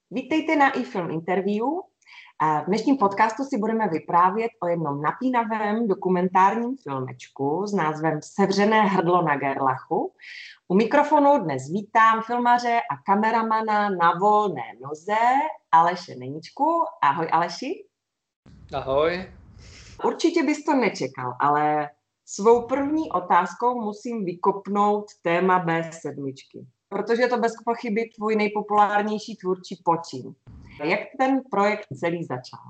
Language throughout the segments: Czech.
Vítejte na iFilm Interview. V dnešním podcastu si budeme vyprávět o jednom napínavém dokumentárním filmečku s názvem Sevřené hrdlo na Gerlachu. U mikrofonu dnes vítám filmaře a kameramana na volné noze Aleše Neničku. Ahoj Aleši. Ahoj. Určitě bys to nečekal, ale svou první otázkou musím vykopnout téma B7, protože je to bez pochyby tvůj nejpopulárnější tvůrčí počin. Jak ten projekt celý začal?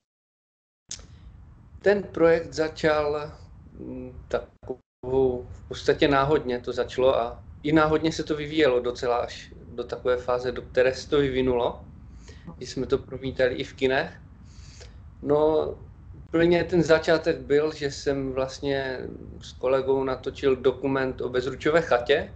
Ten projekt začal takovou, v podstatě náhodně to začalo a i náhodně se to vyvíjelo docela až do takové fáze, do které se to vyvinulo, když jsme to promítali i v kinech. No, úplně ten začátek byl, že jsem vlastně s kolegou natočil dokument o Bezručové chatě,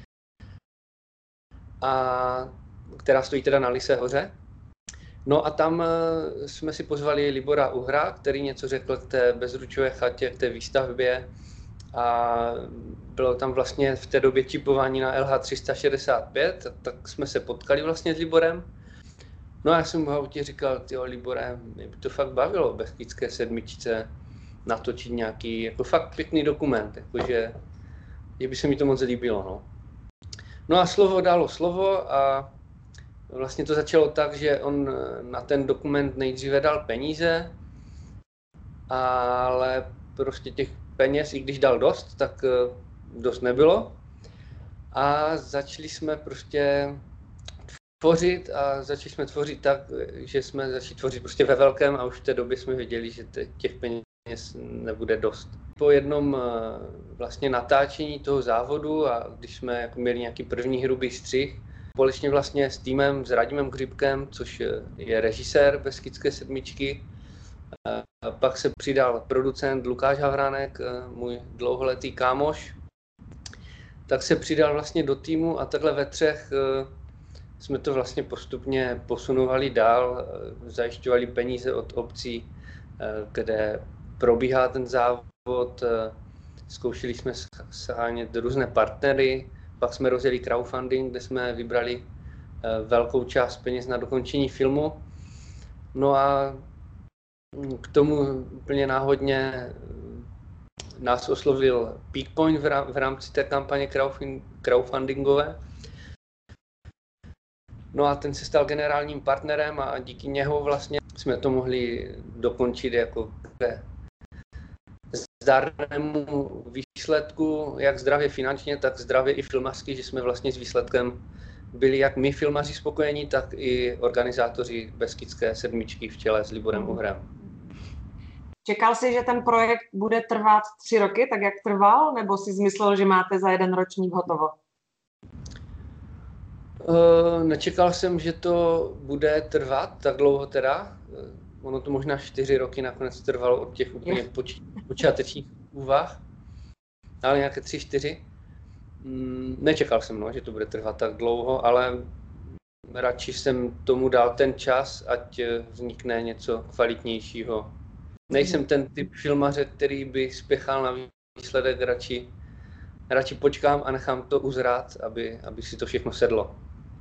která stojí teda na Lysé hoře. No a tam jsme si pozvali Libora Uhra, který něco řekl k té Bezručové chatě, k té výstavbě. A bylo tam vlastně v té době čipování na LH365, tak jsme se potkali vlastně s Liborem. No a já jsem mu v autě říkal, tyjo Libore, mě by to fakt bavilo Beskydské sedmičce natočit nějaký jako fakt pěkný dokument, jakože že by se mi to moc líbilo. No a slovo dalo slovo a vlastně to začalo tak, že on na ten dokument nejdříve dal peníze, ale prostě těch peněz, i když dal dost, tak dost nebylo. A začali jsme prostě tvořit a začali jsme tvořit tak, že jsme začali tvořit prostě ve velkém a už v té době jsme věděli, že těch peněz nebude dost. Po jednom vlastně natáčení toho závodu a když jsme jako měli nějaký první hrubý střih, společně vlastně s týmem, s Radimem Hřibkem, což je režisér Beskydské sedmičky. A pak se přidal producent Lukáš Havránek, můj dlouholetý kámoš. Tak se přidal vlastně do týmu a takhle ve třech jsme to vlastně postupně posunovali dál, zajišťovali peníze od obcí, kde probíhá ten závod. Zkoušeli jsme shánět různé partnery, pak jsme rozjeli crowdfunding, kde jsme vybrali velkou část peněz na dokončení filmu. No a k tomu úplně náhodně nás oslovil Peakpoint v rámci té kampaně crowdfundingové. No a ten se stal generálním partnerem a díky němu vlastně jsme to mohli dokončit jako zdarnému výsledku, jak zdravě finančně, tak zdravě i filmařsky, že jsme vlastně s výsledkem byli jak my filmaři spokojení, tak i organizátoři Beskydské sedmičky v čele s Liborem Uhrem. Čekal jsi, že ten projekt bude trvat 3 roky, tak jak trval, nebo jsi zmyslel, že máte za 1 ročník hotovo? Nečekal jsem, že to bude trvat tak dlouho teda. Ono to možná 4 roky nakonec trvalo od těch úplně počátečních úvah, ale nějaké 3-4. Nečekal jsem, že to bude trvat tak dlouho, ale radši jsem tomu dal ten čas, ať vznikne něco kvalitnějšího. Nejsem ten typ filmaře, který by spěchal na výsledek, radši počkám a nechám to uzrát, aby si to všechno sedlo.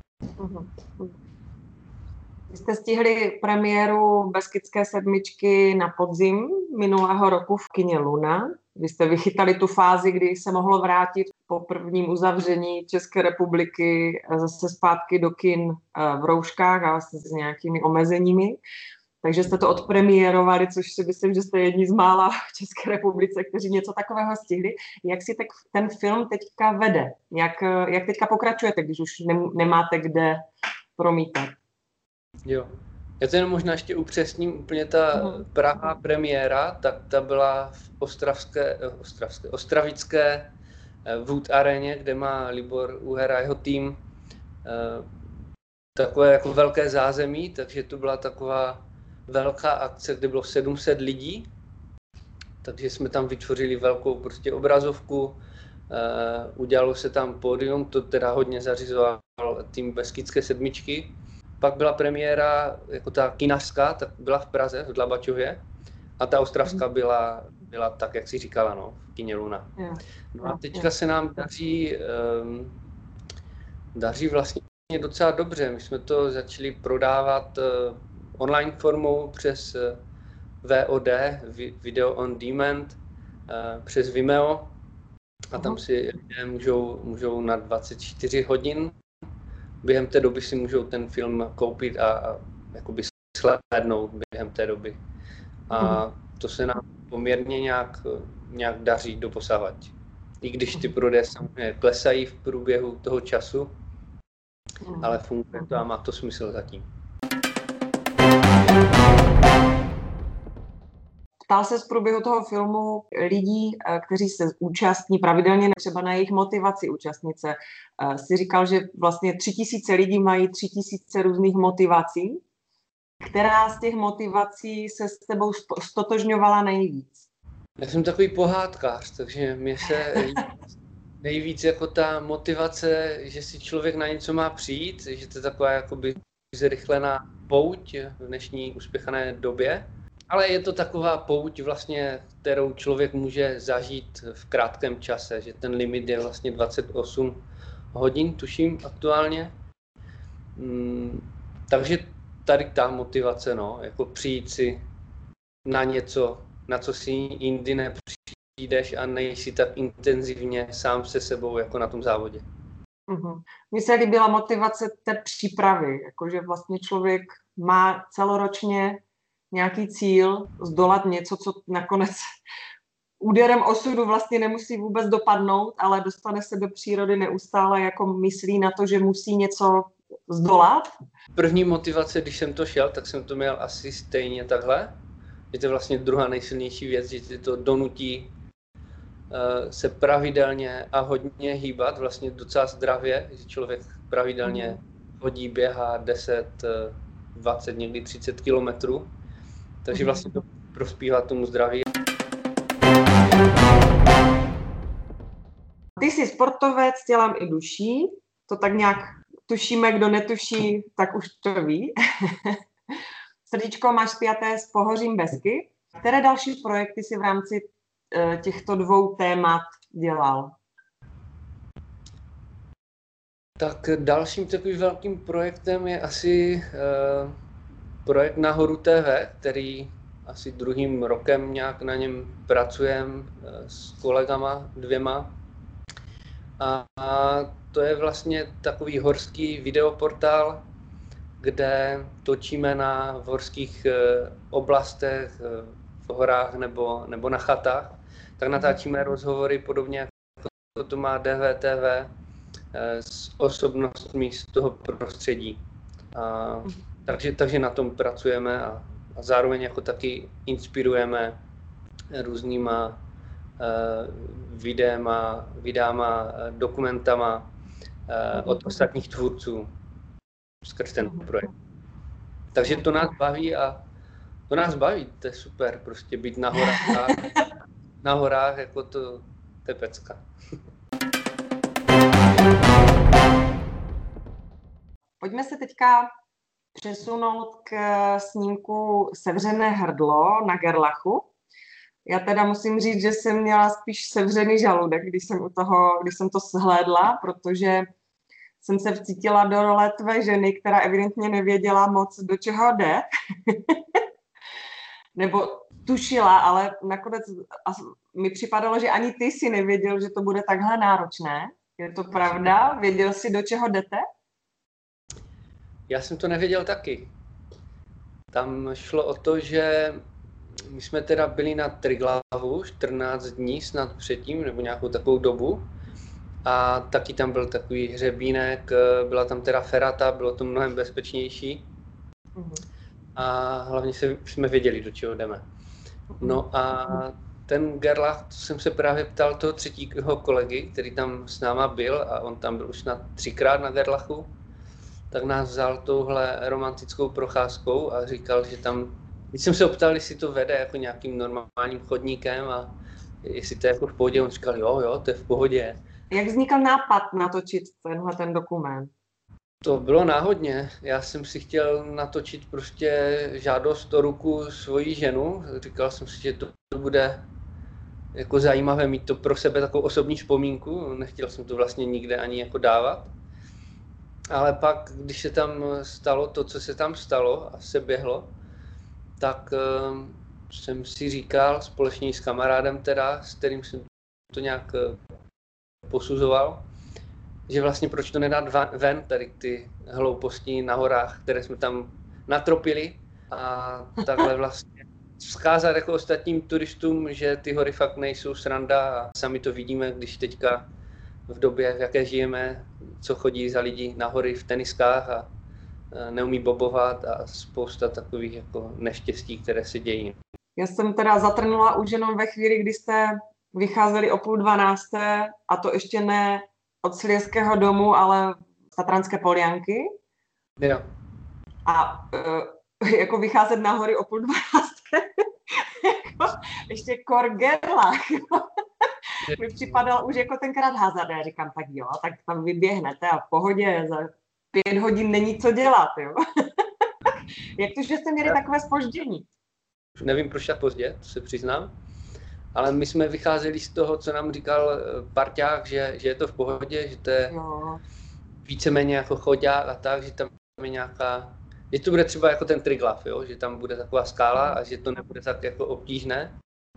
Vy jste stihli premiéru Beskydské sedmičky na podzim minulého roku v kině Luna. Vy jste vychytali tu fázi, kdy se mohlo vrátit po prvním uzavření České republiky zase zpátky do kin v rouškách a vlastně s nějakými omezeními. Takže jste to odpremiérovali, což si myslím, že jste jedni z mála v České republice, kteří něco takového stihli. Jak si ten film teďka vede? Jak teďka pokračujete, když už nemáte kde promítat? Jo. Já to jenom možná ještě upřesním, úplně ta Praha premiéra, tak ta byla v ostravické Wood aréně, kde má Libor Uher a jeho tým takové jako velké zázemí, takže to byla taková velká akce, kde bylo 700 lidí, takže jsme tam vytvořili velkou prostě obrazovku, udělalo se tam pódium, to teda hodně zařizoval tým Beskydské sedmičky. Pak byla premiéra, jako ta kinařská, tak byla v Praze, v Dlabačově, a ta ostravská byla tak, jak si říkala, v kině Luna. No a teďka se nám daří vlastně docela dobře. My jsme to začali prodávat online formou přes VOD, Video on Demand, přes Vimeo. A tam si lidé můžou na 24 hodin. Během té doby si můžou ten film koupit a jakoby shlédnout během té doby. A to se nám poměrně nějak daří doposavať. I když ty prodeje samozřejmě klesají v průběhu toho času, ale funguje to a má to smysl zatím. Ptal se z průběhu toho filmu lidí, kteří se účastní pravidelně třeba na jejich motivaci účastnice. Si říkal, že vlastně 3000 lidí mají 3000 různých motivací. Která z těch motivací se s tebou stotožňovala nejvíc? Já jsem takový pohádkář, takže mě se nejvíc jako ta motivace, že si člověk na něco má přijít, že to je taková jakoby zrychlená pouť v dnešní uspěchané době. Ale je to taková pouť vlastně, kterou člověk může zažít v krátkém čase, že ten limit je vlastně 28 hodin, tuším aktuálně. Takže tady ta motivace, jako přijít si na něco, na co si jindy nepřijdeš a nejsi tak intenzivně sám se sebou jako na tom závodě. Mně se líbila motivace té přípravy, jakože vlastně člověk má celoročně nějaký cíl zdolat něco, co nakonec úderem osudu vlastně nemusí vůbec dopadnout, ale dostane se do přírody neustále, jako myslí na to, že musí něco zdolat. První motivace, když jsem to šel, tak jsem to měl asi stejně takhle. Je to vlastně druhá nejsilnější věc, že ti to donutí se pravidelně a hodně hýbat, vlastně docela zdravě, že člověk pravidelně chodí, běhá 10, 20, někdy 30 kilometrů. Takže vlastně to prospívá tomu zdraví. Ty jsi sportovec tělem i duší, to tak nějak tušíme, kdo netuší, tak už to ví. Srdíčko máš spjaté s Pohořím Beskyt. Které další projekty si v rámci těchto dvou témat dělal? Tak dalším takovým velkým projektem je asi projekt Nahoru TV, který asi druhým rokem nějak na něm pracujeme s kolegama 2. A to je vlastně takový horský videoportál, kde točíme v horských oblastech, v horách nebo na chatách. Tak natáčíme rozhovory podobně, jako to má DVTV, s osobnostmi z toho prostředí. Takže na tom pracujeme a zároveň jako taky inspirujeme různýma videama, dokumentama od ostatních tvůrců skrz ten projekt. Takže to nás baví to je super, prostě být na horách jako to je pecka. Pojďme se teďka přesunout k snímku Sevřené hrdlo na Gerlachu. Já teda musím říct, že jsem měla spíš sevřený žaludek, když jsem to shlédla, protože jsem se vcítila do role tvé ženy, která evidentně nevěděla moc, do čeho jde. Nebo tušila, ale nakonec mi připadalo, že ani ty si nevěděl, že to bude takhle náročné. Je to pravda? Věděl jsi, do čeho jdete? Já jsem to nevěděl taky. Tam šlo o to, že my jsme teda byli na Triglavu 14 dní snad předtím, nebo nějakou takovou dobu. A taky tam byl takový hřebínek, byla tam teda ferata, bylo to mnohem bezpečnější. A hlavně jsme věděli, do čeho jdeme. No a ten Gerlach, to jsem se právě ptal toho třetího kolegy, který tam s náma byl, a on tam byl už snad 3krát na Gerlachu, tak nás vzal touhle romantickou procházkou a říkal, že tam, když jsem se optal, jestli to vede jako nějakým normálním chodníkem a jestli to je jako v pohodě, on říkal, jo, to je v pohodě. Jak vznikl nápad natočit ten dokument? To bylo náhodně. Já jsem si chtěl natočit prostě žádost o ruku svojí ženu. Říkal jsem si, že to bude jako zajímavé mít to pro sebe takovou osobní vzpomínku. Nechtěl jsem to vlastně nikde ani jako dávat. Ale pak, když se tam stalo to, co se tam stalo a se běhlo, tak jsem si říkal společně s kamarádem teda, s kterým jsem to nějak posuzoval, že vlastně proč to nedat ven, tady ty hlouposti na horách, které jsme tam natropili a takhle vlastně vzkázat jako ostatním turistům, že ty hory fakt nejsou sranda a sami to vidíme, když teďka v době, v jaké žijeme, co chodí za lidi na hory v teniskách a neumí bobovat a spousta takových jako neštěstí, které se dějí. Já jsem teda zatrnula už jenom ve chvíli, kdy jste vycházeli o 11:30 a to ještě ne od Slezského domu, ale z Tatranské Polianky. Jo. A jako vycházet na hory o 11:30, jako ještě korgelách. Mi připadal už jako tenkrát hazardé. Říkám, tak jo, tak tam vyběhnete a v pohodě, za 5 hodin není co dělat, jo. Jak to, že jste měli takové zpoždění? Nevím, proč tak pozdě, to se přiznám, ale my jsme vycházeli z toho, co nám říkal parťák, že je to v pohodě, že to je víceméně jako choďák a tak, že tam je nějaká, že to bude třeba jako ten Triglav, jo? Že tam bude taková skála a že to nebude tak jako obtížné.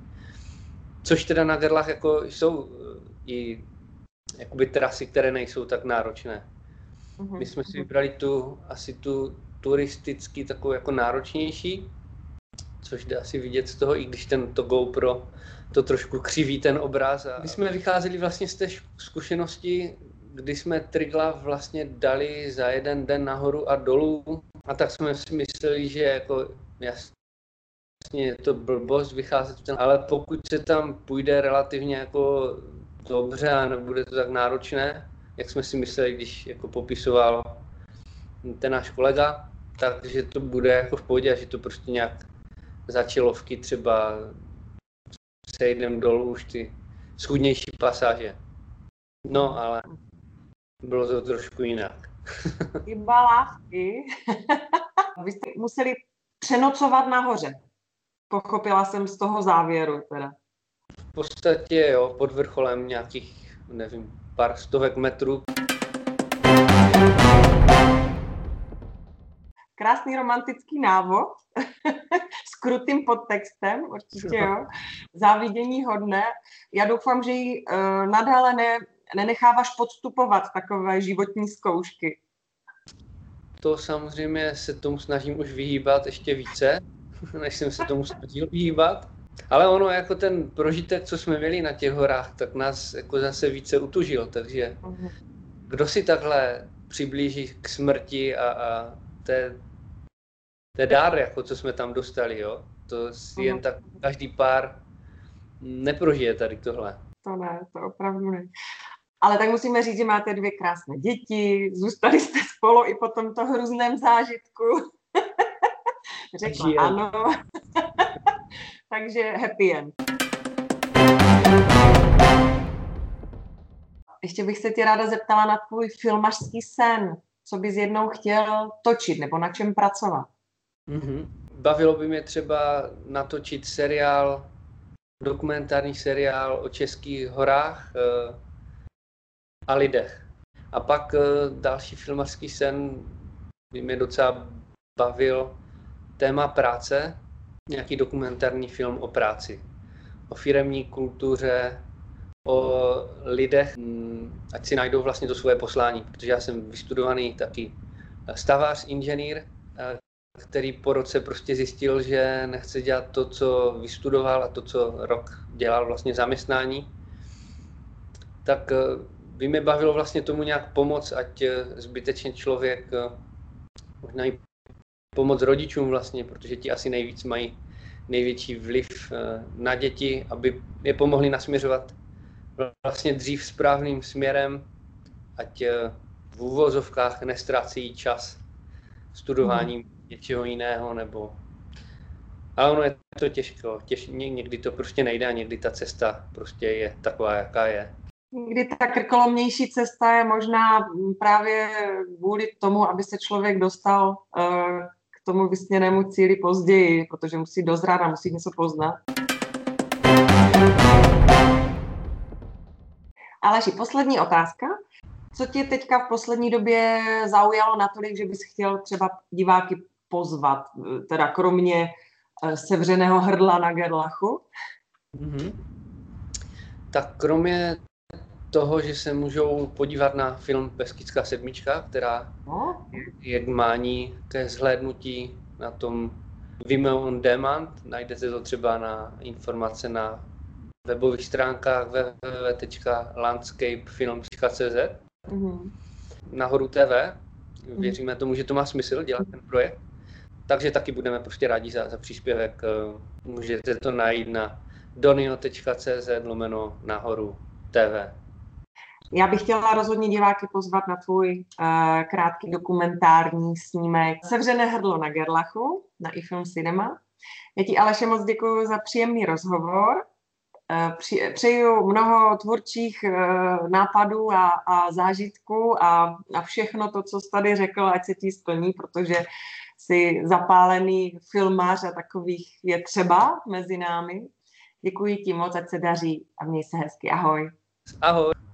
Což teda na Gerlach jako jsou i jakoby trasy, které nejsou tak náročné. My jsme si vybrali asi tu turisticky takovou jako náročnější, což jde asi vidět z toho, i když to GoPro to trošku křiví ten obraz. A my jsme vycházeli vlastně z té zkušenosti, kdy jsme Triglav vlastně dali za jeden den nahoru a dolů a tak jsme si mysleli, že jako jasně je to blbost vycházet v ten, ale pokud se tam půjde relativně jako dobře a nebude to tak náročné, jak jsme si mysleli, když jako popisoval ten náš kolega, takže to bude jako v pohodě a že to prostě nějak za čilovky třeba sejdem dolů už ty schůdnější pasáže. No, ale bylo to trošku jinak. Ty balávky. Vy jste museli přenocovat nahoře. Pochopila jsem z toho závěru teda. V podstatě jo, pod vrcholem nějakých, nevím, pár stovek metrů. Krásný romantický návod s krutým podtextem, určitě jo. Závidění hodné. Já doufám, že ji nadále nenecháváš podstupovat takové životní zkoušky. To samozřejmě se tomu snažím už vyhýbat ještě více, než jsem se tomu snažil vyhýbat. Ale ono jako ten prožitek, co jsme měli na těch horách, tak nás jako zase více utužil, takže kdo si takhle přiblíží k smrti a té dár, jako co jsme tam dostali, jo? To si jen tak každý pár neprožije tady tohle. To ne, to opravdu ne. Ale tak musíme říct, že máte 2 krásné děti, zůstali jste spolu i po tomto hruzném zážitku. Řekla ano. Takže happy end. Ještě bych se tě ráda zeptala na tvůj filmařský sen. Co bys jednou chtěl točit nebo na čem pracovat? Bavilo by mě třeba natočit dokumentární seriál o českých horách a lidech. A pak další filmařský sen by mě docela bavil téma práce, nějaký dokumentární film o práci, o firemní kultuře, o lidech, ať si najdou vlastně to svoje poslání, protože já jsem vystudovaný taky stavář, inženýr, který po roce prostě zjistil, že nechce dělat to, co vystudoval a to, co rok dělal vlastně zaměstnání. Tak by mě bavilo vlastně tomu nějak pomoct, ať zbytečně člověk možná i pomoct rodičům vlastně, protože ti asi nejvíc mají největší vliv na děti, aby je pomohli nasměřovat vlastně dřív správným směrem, ať v úvozovkách nestrácejí čas studováním něčeho jiného, nebo... Ale ono je to těžko, někdy to prostě nejde a někdy ta cesta prostě je taková, jaká je. Někdy ta krkolomnější cesta je možná právě kvůli tomu, aby se člověk dostal k tomu vysněnému cíli později, protože musí dozrát a musí něco poznat. Aleši, poslední otázka. Co tě teďka v poslední době zaujalo natolik, že bys chtěl třeba diváky pozvat, teda kromě Sevřeného hrdla na Gerlachu? Mm-hmm. Tak kromě toho, že se můžou podívat na film Beskidská sedmička, která je k mání ke zhlédnutí na tom Vimeo on Demand. Najdete to třeba na informace na webových stránkách www.landscapefilm.cz. Nahoru TV. Věříme tomu, že to má smysl dělat ten projekt. Takže taky budeme prostě rádi za příspěvek. Můžete to najít na donio.cz/nahoru TV. Já bych chtěla rozhodně diváky pozvat na tvůj krátký dokumentární snímek Sevřené hrdlo na Gerlachu na iFilm Cinema. Já ti, Aleše, moc děkuji za příjemný rozhovor. Přeju mnoho tvůrčích nápadů a zážitků a všechno to, co jsi tady řekl, ať se ti splní, protože jsi zapálený filmář a takových je třeba mezi námi. Děkuji ti moc, ať se daří a měj se hezky. Ahoj. Ahoj.